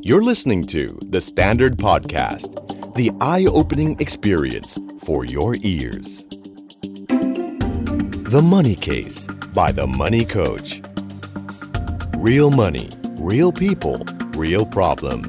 You're listening to The Standard Podcast, the eye-opening experience for your ears. The Money Case by The Money Coach. Real money, real people, real problems.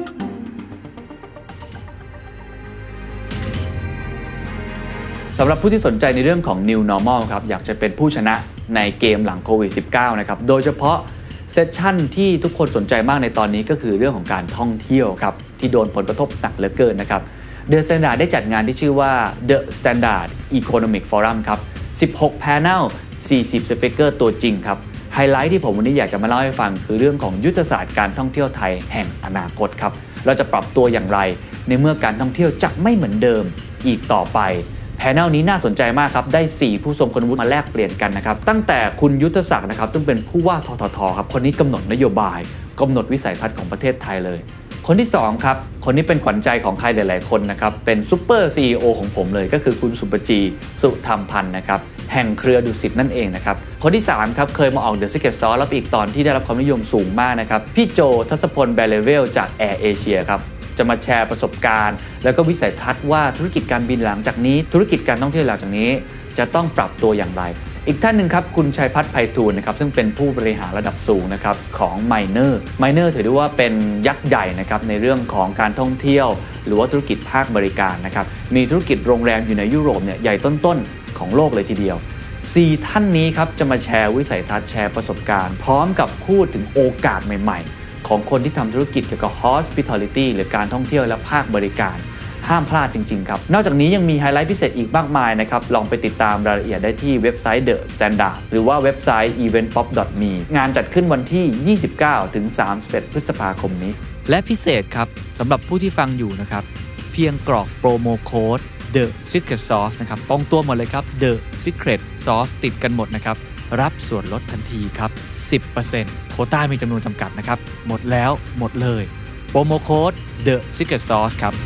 สำหรับผู้ที่สนใจในเรื่องของ New Normal ครับอยากจะเป็นผู้ชนะในเกมหลังโควิด -19 นะครับโดยเฉพาะเซสชั่นที่ทุกคนสนใจมากในตอนนี้ก็คือเรื่องของการท่องเที่ยวครับที่โดนผลกระทบหนักเหลือเกินนะครับ The Standard ได้จัดงานที่ชื่อว่า The Standard Economic Forum ครับ16 panel 40 speaker ตัวจริงครับไฮไลท์ที่ผมวันนี้อยากจะมาเล่าให้ฟังคือเรื่องของยุทธศาสตร์การท่องเที่ยวไทยแห่งอนาคตครับเราจะปรับตัวอย่างไรในเมื่อการท่องเที่ยวจะไม่เหมือนเดิมอีกต่อไปแพนลนี้น่าสนใจมากครับได้4ผู้ทรงคุณวุฒิมาแลกเปลี่ยนกันนะครับตั้งแต่คุณยุทธศักดิ์นะครับซึ่งเป็นผู้ว่าทททครับคนนี้กำหนดนโยบายกำหนดวิสัยทัศน์ของประเทศไทยเลยคนที่2ครับคนนี้เป็นขวัญใจของใครหลายๆคนนะครับเป็นซุปเปอร์ CEO ของผมเลยก็คือคุณสุปจีสุธรรมพันธ์นะครับแห่งเครือดุสิตนั่นเองนะครับคนที่3ครับเคยมาออก The Secret Sauce แล้วอีกตอนที่ได้รับความนิยมสูงมากนะครับพี่โจทัศพลแบเลเวลจาก Air Asia ครับจะมาแชร์ประสบการณ์แล้วก็วิสัยทัศน์ว่าธุรกิจการบินหลังจากนี้ธุรกิจการท่องเที่ยวหลังจากนี้จะต้องปรับตัวอย่างไรอีกท่านหนึ่งครับคุณชัยพัฒน์ไพฑูรย์นะครับซึ่งเป็นผู้บริหารระดับสูงนะครับของ Minor ถือได้ว่าเป็นยักษ์ใหญ่นะครับในเรื่องของการท่องเที่ยวหรือว่าธุรกิจภาคบริการนะครับมีธุรกิจโรงแรมอยู่ในยุโรปเนี่ยใหญ่ต้นๆของโลกเลยทีเดียว4ท่านนี้ครับจะมาแชร์วิสัยทัศน์แชร์ประสบการณ์พร้อมกับพูดถึงโอกาสใหม่ๆของคนที่ทำธุรกิจเกี่ยวกับ hospitality หรือการท่องเที่ยวและภาคบริการห้ามพลาดจริงๆครับนอกจากนี้ยังมีไฮไลท์พิเศษอีกมากมายนะครับลองไปติดตามรายละเอียดได้ที่เว็บไซต์ The Standard หรือว่าเว็บไซต์ eventpop.me งานจัดขึ้นวันที่ 29-31 พฤษภาคมนี้และพิเศษครับสำหรับผู้ที่ฟังอยู่นะครับเพียงกรอกโปรโมโค้ด The Secret Sauce นะครับตรงตัวหมดเลยครับ The Secret Sauce ติดกันหมดนะครับรับส่วนลดทันทีครับ 10% โควต้ามีจำนวนจำกัดนะครับหมดแล้วหมดเลยโปรโมโค้ด The Secret Sauce ครับ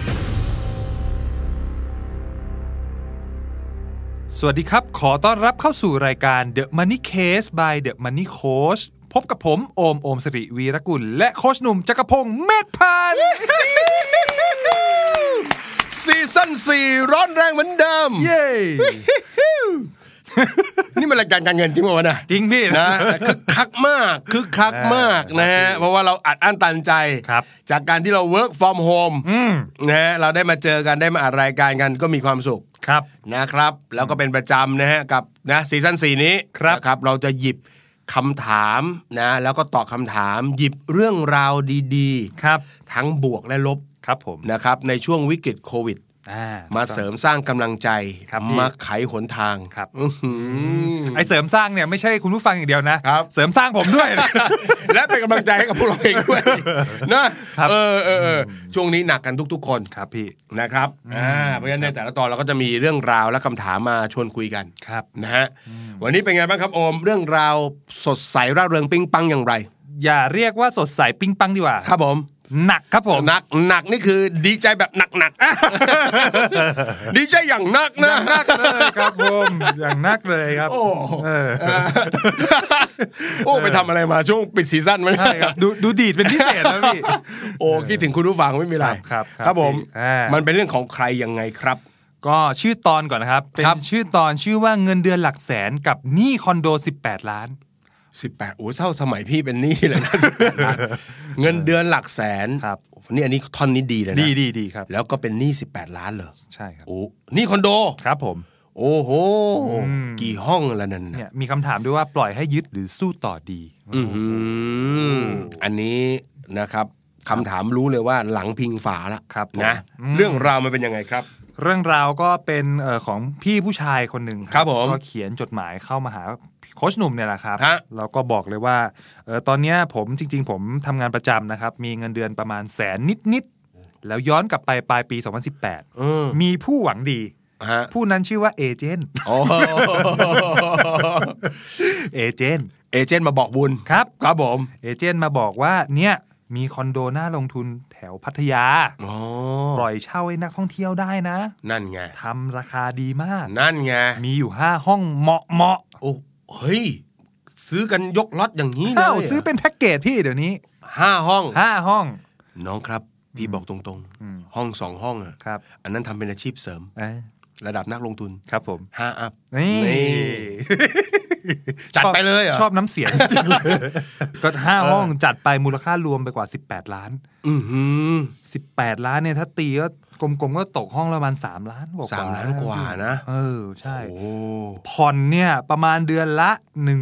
สวัสดีครับขอต้อนรับเข้าสู่รายการ The Money Case by The Money Coach พบกับผมโอมสิริวีรกุลและโค้ชหนุ่มจักรพงษ์เมธพันธ์ซีซั่น4ร้อนแรงเหมือนเดิมเย้นี่มันรายการการเงินจริงป่ะวะนะจริงพี่นะคึกคักมากนะฮะเพราะว่าเราอัดอั้นตันใจจากการที่เรา work from home นะฮะเราได้มาเจอกันได้มาอัดรายการกันก็มีความสุขนะครับแล้วก็เป็นประจำนะฮะกับนะซีซั่น4นี้นะครับเราจะหยิบคำถามนะแล้วก็ตอบคำถามหยิบเรื่องราวดีๆทั้งบวกและลบครับผมนะครับในช่วงวิกฤตโควิดมาเสริมสร้างกำลังใจมาไขหนทางครับไอเสริมสร้างเนี่ยไม่ใช่คุณผู้ฟังอย่างเดียวนะเสริมสร้างผมด้วยและเป็นกำลังใจให้กับพวกเราเองด้วยนะช่วงนี้หนักกันทุกๆคนครับพี่นะครับเพราะฉะนั้นในแต่ละตอนเราก็จะมีเรื่องราวและคำถามมาชวนคุยกันนะฮะวันนี้เป็นไงบ้างครับโอมเรื่องราวสดใสร่าเริงปิ๊งปังอย่างไรอย่าเรียกว่าสดใสปิ๊งปังดีกว่าครับผมหนักครับผมหนักนี่คือดีใจแบบหนักดีใจอย่างหนักนะหนักเลยครับผมอย่างหนักเลยครับโอ้ไปทำอะไรมาช่วงปิดซีซั่นมั้ยใช่ครับดูดีดเป็นพิเศษนะพี่โอ้คิดถึงคุณผู้ฟังไม่มีอะไรครับผมมันเป็นเรื่องของใครยังไงครับก็ชื่อตอนก่อนนะครับเป็นชื่อตอนชื่อว่าเงินเดือนหลักแสนกับหนี้คอนโด18 ล้าน 18โอ้เท่าสมัยพี่เป็นหนี้เลยนะ18ล้านเงินเดือนหลักแสนครับนี่อันนี้ท่อนนี้ดีเลยนะดีครับแล้วก็เป็นหนี้18ล้านเหรอใช่ครับโอ้หนี้คอนโดครับผมโอ้โหกี่ห้องแล้วนั่นเนี่ยมีคำถามด้วยว่าปล่อยให้ยึดหรือสู้ต่อดีอันนี้นะครับคำถามรู้เลยว่าหลังพิงฝาแล้วนะเรื่องราวมันเป็นยังไงครับเรื่องราวก็เป็นของพี่ผู้ชายคนหนึ่งครับผมก็เขียนจดหมายเข้ามาหาโค้ชหนุ่มเนี่ยแหละครับเราก็บอกเลยว่าตอนนี้ผมจริงๆผมทำงานประจำนะครับมีเงินเดือนประมาณ100,000นิดแล้วย้อนกลับไปปลายปี2018มีผู้หวังดีผู้นั้นชื่อว่าเอเจนต์เอเจนต์มาบอกบุญครับผมเอเจนต์มาบอกว่าเนี่ยมีคอนโดน่าลงทุนแถวพัทยาปล่อยเช่าให้นักท่องเที่ยวได้นะนั่นไงทำราคาดีมากนั่นไงมีอยู่5ห้องเหมาะโอ้เฮ้ยซื้อกันยกล็อตอย่างนี้เลยซื้อเป็นแพ็คเกจพี่เดี๋ยวนี้ 5ห้องน้องครับพี่บอกตรงๆห้อง2ห้องอ่ะอันนั้นทำเป็นอาชีพเสริมระดับนักลงทุนครับผม 5 อัพนี่จัดไปเลยชอบน้ำเสียงจริงเลยก็5ห้องจัดไปมูลค่ารวมไปกว่า18ล้าน18ล้านเนี่ยถ้าตีก็กลมๆก็ตกห้องละประมาณ3ล้านกว่า 3ล้านกว่านะใช่ผ่อนเนี่ยประมาณเดือนละ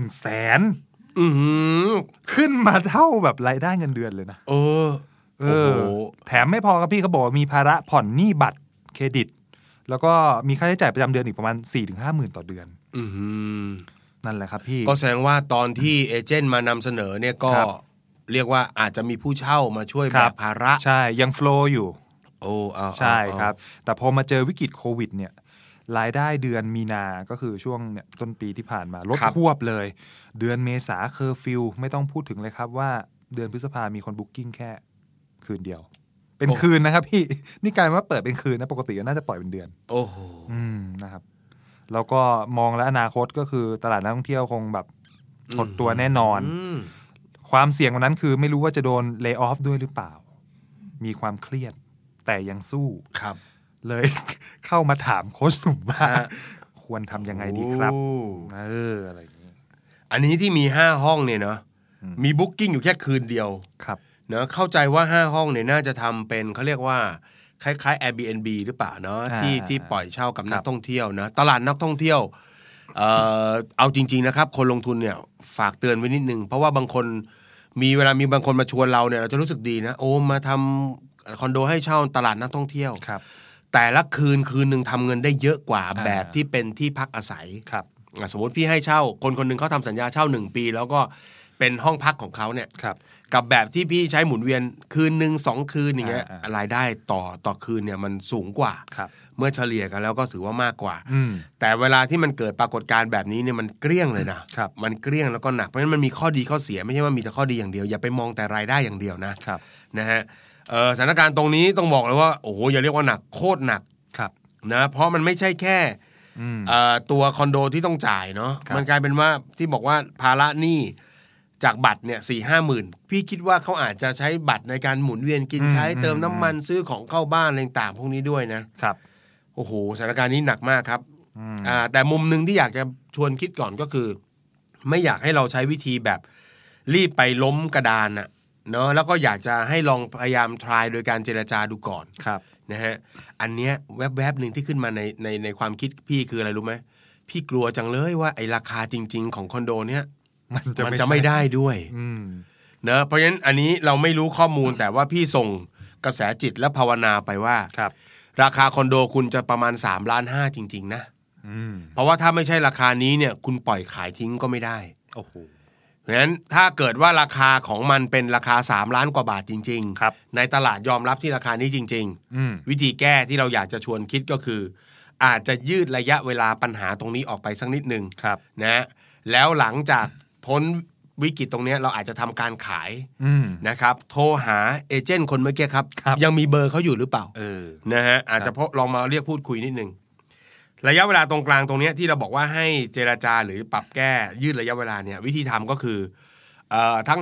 100,000ขึ้นมาเท่าแบบรายได้เงินเดือนเลยนะแถมไม่พอครับพี่เขาบอกมีภาระผ่อนหนี้บัตรเครดิตแล้วก็มีค่าใช้จ่ายประจำเดือนอีกประมาณ 4-5 หมื่นต่อเดือนนั่นแหละครับพี่ก็แสดงว่าตอนที่เอเจนต์มานำเสนอเนี่ยก็เรียกว่าอาจจะมีผู้เช่ามาช่วยแบกภาระใช่ยังโฟลว์อยู่ใช่ครับแต่พอมาเจอวิกฤตโควิดเนี่ยรายได้เดือนมีนาก็คือช่วงเนี่ยต้นปีที่ผ่านมาลดควบเลยเดือนเมษาเคอร์ฟิวไม่ต้องพูดถึงเลยครับว่าเดือนพฤษภามีคนบุ๊กกิ้งแค่คืนเดียวเป็นคืนนะครับพี่นี่กลายว่าเปิดเป็นคืนนะปกติก็น่าจะปล่อยเป็นเดือนโอ้โหนะครับแล้วก็มองและอนาคตก็คือตลาดนักท่องเที่ยวคงแบบหดตัวแน่นอนความเสี่ยงวันนั้นคือไม่รู้ว่าจะโดนเลย์ออฟด้วยหรือเปล่ามีความเครียดแต่ยังสู้ครับเลยเข้ามาถามโค้ชหนุ่มว่าควรทำยังไงดีครับอะไรอย่างนี้อันนี้ที่มี5ห้องเนี่ยเนาะมีบุ๊กกิ้งอยู่แค่คืนเดียวครับเนอะเข้าใจว่า5ห้องเนี่ยน่าจะทำเป็นเขาเรียกว่าคล้ายๆ Airbnb หรือเปล่าเนาะที่ปล่อยเช่ากับนักท่องเที่ยวนะตลาดนักท่องเที่ยวเอาจริงๆนะครับคนลงทุนเนี่ยฝากเตือนไว้นิดนึงเพราะว่าบางคนเวลามีบางคนมาชวนเราเนี่ยเราจะรู้สึกดีนะโอ้มาทำคอนโดให้เช่าตลาดนักท่องเที่ยวแต่ละคืนนึงทำเงินได้เยอะกว่าแบบที่เป็นที่พักอาศัยสมมติพี่ให้เช่าคนนึงเขาทำสัญญาเช่า1 ปีแล้วก็เป็นห้องพักของเขาเนี่ยกับแบบที่พี่ใช้หมุนเวียนคืนนึง2 คืนอย่างเงี้ยรายได้ต่อคืนเนี่ยมันสูงกว่าเมื่อเฉลี่ยกันแล้วก็ถือว่ามากกว่าแต่เวลาที่มันเกิดปรากฏการณ์แบบนี้เนี่ยมันเกลี้ยงเลยนะมันเกลี้ยงแล้วก็หนักเพราะฉะนั้นมันมีข้อดีข้อเสียไม่ใช่ว่ามีแต่ข้อดีอย่างเดียวอย่าไปมองแต่รายได้อย่างเดียวนะฮะสถานการณ์ตรงนี้ต้องบอกเลยว่าโอ้โหอย่าเรียกว่าหนักโคตรหนักนะเพราะมันไม่ใช่แค่ตัวคอนโดที่ต้องจ่ายเนาะมันกลายเป็นว่าที่บอกว่าภาระหนี้จากบัตรเนี่ย 4-5 หมื่นพี่คิดว่าเขาอาจจะใช้บัตรในการหมุนเวียนกินใช้เติมน้ำมันซื้อของเข้าบ้านอะไรต่างพวกนี้ด้วยนะครับโอ้โหสถานการณ์นี้หนักมากครับแต่มุมนึงที่อยากจะชวนคิดก่อนก็คือไม่อยากให้เราใช้วิธีแบบรีบไปล้มกระดานน่ะเนาะแล้วก็อยากจะให้ลองพยายามทรายโดยการเจรจาดูก่อนนะฮะอันเนี้ยแวบๆนึงที่ขึ้นมาในความคิดพี่คืออะไรรู้ไหมพี่กลัวจังเลยว่าไอ้ราคาจริงๆของคอนโดเนี้ยมันจะไม่ได้ด้วยเนอะเพราะฉะนั้นอันนี้เราไม่รู้ข้อมูลแต่ว่าพี่ส่งกระแสจิตและภาวนาไปว่าราคาคอนโดคุณจะประมาณ3.5 ล้านจริงๆนะเพราะว่าถ้าไม่ใช่ราคานี้เนี่ยคุณปล่อยขายทิ้งก็ไม่ได้โอ้โหเพราะฉะนั้นถ้าเกิดว่าราคาของมันเป็นราคา3 ล้านกว่าบาทจริงๆในตลาดยอมรับที่ราคานี้จริงๆวิธีแก้ที่เราอยากจะชวนคิดก็คืออาจจะยืดระยะเวลาปัญหาตรงนี้ออกไปสักนิดนึงนะแล้วหลังจากพ้นวิกฤตตรงนี้เราอาจจะทำการขายนะครับโทรหาเอเจนต์คนเมื่อกี้ครับยังมีเบอร์เขาอยู่หรือเปล่านะฮะอาจจะลองมาเรียกพูดคุยนิดนึงระยะเวลาตรงกลางตรงนี้ที่เราบอกว่าให้เจรจาหรือปรับแก้ยืดระยะเวลาเนี่ยวิธีทำก็คือทั้ง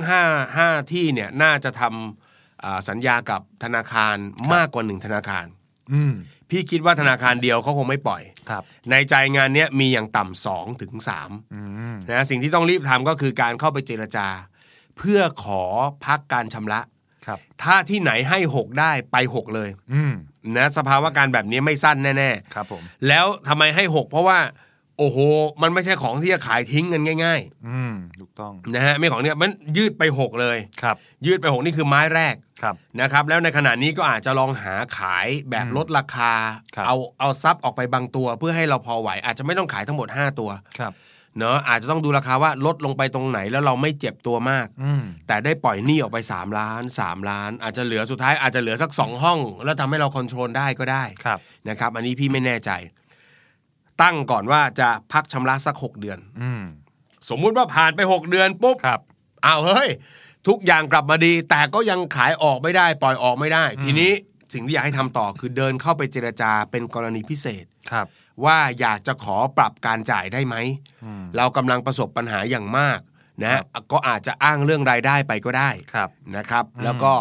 5ที่เนี่ยน่าจะทำสัญญากับธนาคารมากกว่า1ธนาคารพี่คิดว่าธนาคารเดียวเขาคงไม่ปล่อยในใจงานนี้มีอย่างต่ำ2 ถึง 3นะสิ่งที่ต้องรีบทำก็คือการเข้าไปเจรจาเพื่อขอพักการชำระถ้าที่ไหนให้6ได้ไป6เลยนะสภาวะการแบบนี้ไม่สั้นแน่ๆครับผมแล้วทำไมให้6เพราะว่าโอ้โหมันไม่ใช่ของที่จะขายทิ้งกันง่ายๆถูกต้องนะฮะไม่ของเนี้ยมันยืดไป6เลยยืดไป6นี่คือไม้แรกนะครับแล้วในขณะนี้ก็อาจจะลองหาขายแบบลดราคาเอาซับออกไปบางตัวเพื่อให้เราพอไหวอาจจะไม่ต้องขายทั้งหมด5ตัวเนอะอาจจะต้องดูราคาว่าลดลงไปตรงไหนแล้วเราไม่เจ็บตัวมากแต่ได้ปล่อยหนี้ออกไป3 ล้านอาจจะเหลือสุดท้ายอาจจะเหลือสัก2ห้องแล้วทำให้เราคอนโทรลได้ก็ได้นะครับอันนี้พี่ไม่แน่ใจตั้งก่อนว่าจะพักชำระสัก6 เดือนสมมุติว่าผ่านไป6 เดือนปุ๊บอ้าวเฮ้ยทุกอย่างกลับมาดีแต่ก็ยังขายออกไม่ได้ปล่อยออกไม่ได้ทีนี้สิ่งที่อยากให้ทำต่อคือเดินเข้าไปเจรจาเป็นกรณีพิเศษว่าอยากจะขอปรับการจ่ายได้ไหมเรากำลังประสบปัญหาอย่างมากนะก็อาจจะอ้างเรื่องรายได้ไปก็ได้นะครับแล้วก็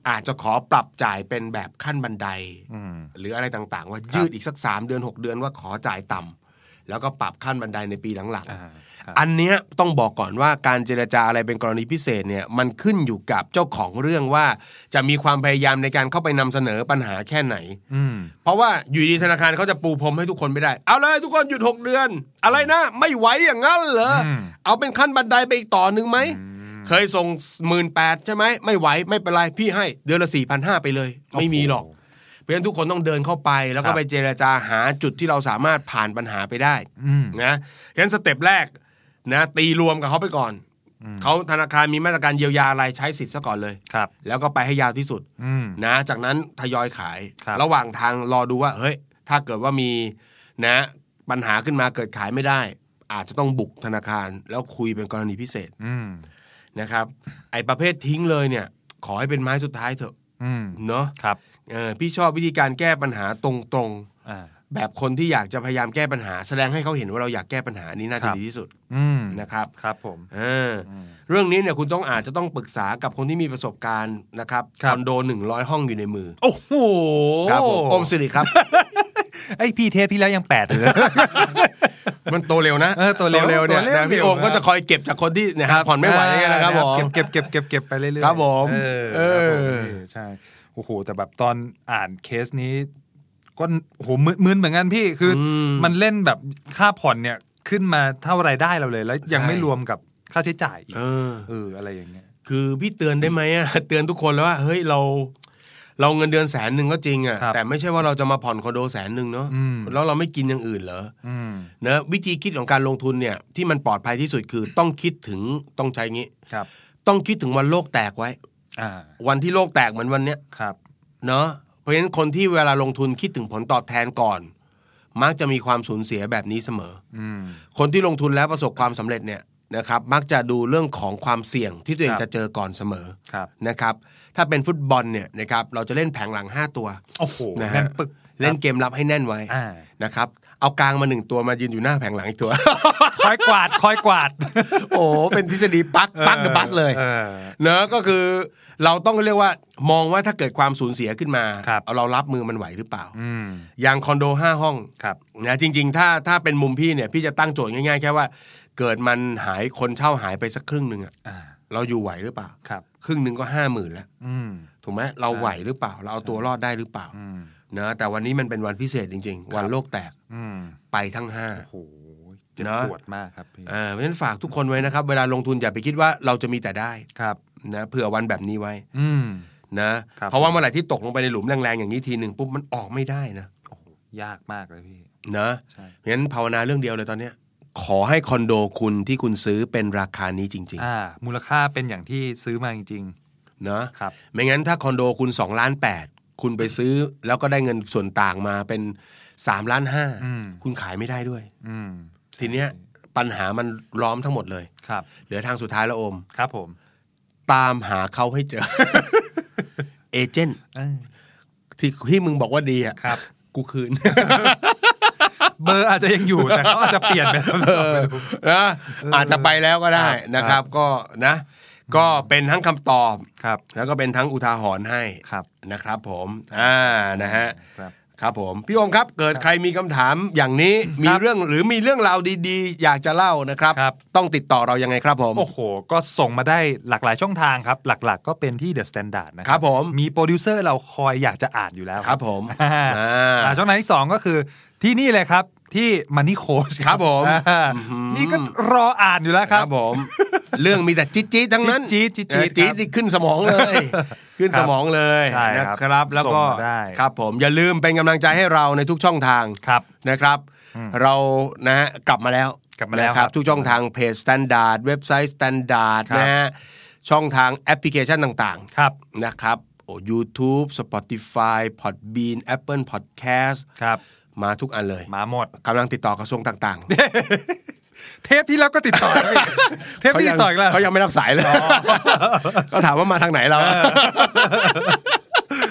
อาจจะขอปรับจ่ายเป็นแบบขั้นบันไดหรืออะไรต่างๆว่ายืดอีกสัก3 เดือน6 เดือนว่าขอจ่ายต่ำแล้วก็ปรับขั้นบันไดในปีหลังๆอันเนี้ยต้องบอกก่อนว่าการเจรจาอะไรเป็นกรณีพิเศษเนี่ยมันขึ้นอยู่กับเจ้าของเรื่องว่าจะมีความพยายามในการเข้าไปนำเสนอปัญหาแค่ไหนเพราะว่าอยู่ดีธนาคารเขาจะปูพรมให้ทุกคนไม่ได้เอาเลยทุกคนหยุด6 เดือนอะไรนะไม่ไหวอย่างนั้นเหรอเอาเป็นขั้นบันไดไปอีกต่อนึงไหมเคยส่ง 18,000 ใช่ไหมไม่ไหวไม่เป็นไรพี่ให้เดือนละ 4,500 ไปเลยไม่มีหรอกเพราะฉะนั้นทุกคนต้องเดินเข้าไปแล้วก็ไปเจรจาหาจุดที่เราสามารถผ่านปัญหาไปได้นะฉะนั้นสเต็ปแรกนะตีรวมกับเขาไปก่อนเขาธนาคารมีมาตรการเยียวยาอะไรใช้สิทธิ์ซะก่อนเลยแล้วก็ไปให้ยาวที่สุดนะจากนั้นทยอยขายระหว่างทางรอดูว่าเฮ้ยถ้าเกิดว่ามีนะปัญหาขึ้นมาเกิดขายไม่ได้อาจจะต้องบุกธนาคารแล้วคุยเป็นกรณีพิเศษนะครับไอ้ประเภททิ้งเลยเนี่ยขอให้เป็นไม้สุดท้ายเถอะเนาะครับพี่ชอบวิธีการแก้ปัญหาตรงๆแบบคนที่อยากจะพยายามแก้ปัญหาแสดงให้เขาเห็นว่าเราอยากแก้ปัญหานี้น่าจะดีที่สุดนะครับครับผมเรื่องนี้เนี่ยคุณอาจจะต้องปรึกษากับคนที่มีประสบการณ์นะครับคอนโด100 ห้องอยู่ในมือโอ้โหครับผมอมสิริครับไอพี่เทปที่แล้วยัง8เลยมันโตเร็วนะโตเร็วเนี่ยพี่โอมก็จะคอยเก็บจากคนที่เนี่ยผ่อนไม่ไหวอย่างเงี้ยนะครับผมเก็บไปเรื่อยๆครับผมใช่โอ้โหแต่แบบตอนอ่านเคสนี้ก็โหมึนเหมือนกันพี่คือมันเล่นแบบค่าผ่อนเนี่ยขึ้นมาเท่ารายได้เราเลยแล้วยังไม่รวมกับค่าใช้จ่ายอีกอะไรอย่างเงี้ยคือพี่เตือนได้ไหมอ่ะเตือนทุกคนแล้วว่าเฮ้ยเราเงินเดือน100,000ก็จริงอ่ะแต่ไม่ใช่ว่าเราจะมาผ่อนคอนโด100,000เนาะแล้วเราไม่กินอย่างอื่นเหรอเนอะวิธีคิดของการลงทุนเนี่ยที่มันปลอดภัยที่สุดคือต้องคิดถึงต้องใช้งี้ต้องคิดถึงวันโลกแตกไว้วันที่โลกแตกเหมือนวันเนี้ยเนาะเพราะฉะนั้นคนที่เวลาลงทุนคิดถึงผลตอบแทนก่อนมักจะมีความสูญเสียแบบนี้เสมอคนที่ลงทุนแล้วประสบความสำเร็จเนี่ยนะครับมักจะดูเรื่องของความเสี่ยงที่ตัวเองจะเจอก่อนเสมอนะครับถ้าเป็นฟุตบอลเนี่ยนะครับเราจะเล่นแผงหลัง5 ตัวโอ้โหนะฮะเล่นเกมรับให้แน่นไว้นะครับเอากลางมา1 ตัวมายืนอยู่หน้าแผงหลังอีกตัวคอยกวาดโอ้เป็นทฤษฎีปักเดอะบัสเลยเนอะก็คือเราต้องเรียกว่ามองว่าถ้าเกิดความสูญเสียขึ้นมาเรารับมือมันไหวหรือเปล่าอย่างคอนโด5 ห้องนะจริงๆถ้าเป็นมุมพี่เนี่ยพี่จะตั้งโจทย์ง่ายๆแค่ว่าเกิดมันหายคนเช่าหายไปสักครึ่งนึงอะเราอยู่ไหวหรือเปล่าครึ่งนึงก็ 50,000 แล้วถูกไหมเราไหวหรือเปล่าเราเอาตัวรอดได้หรือเปล่านะแต่วันนี้มันเป็นวันพิเศษจริงๆวันโลกแตกไปทั้ง5 โอ้โหเจ็บปวดมากครับพี่เพราะฉะนั้นฝากทุกคนไว้นะครับเวลาลงทุนอย่าไปคิดว่าเราจะมีแต่ได้นะเผื่อวันแบบนี้ไว้นะเพราะว่าเมื่อไหร่ที่ตกลงไปในหลุมแรงๆอย่างนี้ทีหนึ่งปุ๊บมันออกไม่ได้นะยากมากเลยพี่นะเพราะฉะนั้นภาวนาเรื่องเดียวเลยตอนเนี้ยขอให้คอนโดคุณที่คุณซื้อเป็นราคานี้จริงๆมูลค่าเป็นอย่างที่ซื้อมาจริงๆนะครับไม่งั้นถ้าคอนโดคุณ2.8 ล้านคุณไปซื้อแล้วก็ได้เงินส่วนต่างมาเป็น3.5 ล้านคุณขายไม่ได้ด้วยทีเนี้ยปัญหามันล้อมทั้งหมดเลยเหลือทางสุดท้ายแล้วโอมครับผมตามหาเขาให้เจอ เอเจนต์ที่มึงบอกว่าดีอ่ะกูคืนเบอร์อาจจะยังอยู่แต่เขาอาจจะเปลี่ยนไปนะอาจจะไปแล้วก็ได้นะครับก็นะก็เป็นทั้งคำตอบแล้วก็เป็นทั้งอุทาหรณ์ให้นะครับผมนะฮะครับผมพี่โอมครับเกิดใครมีคำถามอย่างนี้มีเรื่องหรือมีเรื่องราวดีๆอยากจะเล่านะครับต้องติดต่อเรายังไงครับผมโอ้โหก็ส่งมาได้หลากหลายช่องทางครับหลักๆก็เป็นที่ The Standard นะครับผมมีโปรดิวเซอร์เราคอยอยากจะอ่านอยู่แล้วครับผมช่องทางที่2ก็คือที่นี่เลยครับที่ Money Coach ครับผมนี่ก็รออ่านอยู่แล้วครับผมเรื่องมีแต่จี๊ดๆทั้งนั้นจี๊ดขึ้นสมองเลยขึ้นสมองเลยนะครับแล้วก็ครับผมอย่าลืมเป็นกำลังใจให้เราในทุกช่องทางนะครับเรานะฮะกลับมาแล้วครับทุกช่องทางเพจ Standard เว็บไซต์ Standard นะฮะช่องทางแอปพลิเคชันต่างๆนะครับYouTube Spotify Podbean Apple Podcast ครับมาทุกอันเลยมาหมดกำลังติดต่อกระทรวงต่างๆเทปที่แล้วก็ติดต่อเทปที่ติดต่ออีกแล้วเขายังไม่รับสายเลยก็ถามว่ามาทางไหนเราแต่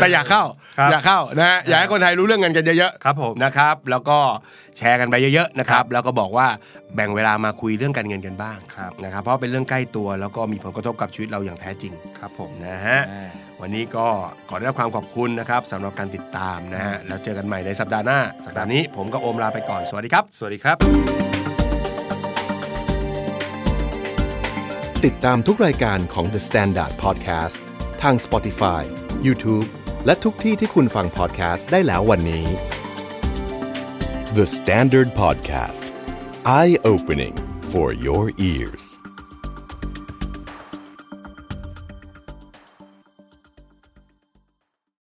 อยากเข้านะอยากให้คนไทยรู้เรื่องเงินกันเยอะๆครับผมนะครับแล้วก็แชร์กันไปเยอะๆนะครับแล้วก็บอกว่าแบ่งเวลามาคุยเรื่องการเงินกันบ้างนะครับเพราะเป็นเรื่องใกล้ตัวแล้วก็มีผลกระทบกับชีวิตเราอย่างแท้จริงครับผมนะฮะวันนี้ก็ขอได้รับความขอบคุณนะครับสำหรับการติดตามนะฮะแล้วเจอกันใหม่ในสัปดาห์หน้าสัปดาห์นี้ผมกับโอมลาไปก่อนสวัสดีครับสวัสดีครับติดตามทุกรายการของ The Standard Podcast ทาง Spotify, YouTube และทุกที่ที่คุณฟัง podcast ได้แล้ววันนี้ The Standard Podcast Eye Opening for your ears